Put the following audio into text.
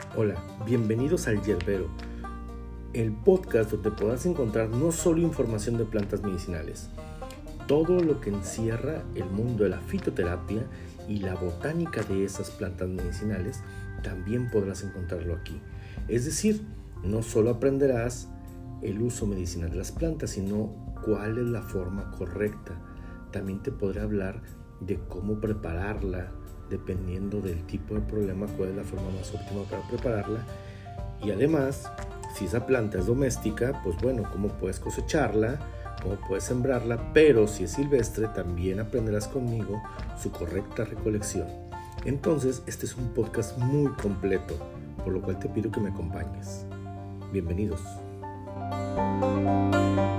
Hola, bienvenidos al Yerbero, el podcast donde podrás encontrar no solo información de plantas medicinales, todo lo que encierra el mundo de la fitoterapia y la botánica de esas plantas medicinales, también podrás encontrarlo aquí. Es decir, no solo aprenderás el uso medicinal de las plantas, sino cuál es la forma correcta. También te podré hablar de cómo prepararla, dependiendo del tipo de problema, cuál es la forma más óptima para prepararla. Y además, si esa planta es doméstica, pues bueno, cómo puedes cosecharla, cómo puedes sembrarla, pero si es silvestre, también aprenderás conmigo su correcta recolección. Entonces, este es un podcast muy completo, por lo cual te pido que me acompañes. Bienvenidos.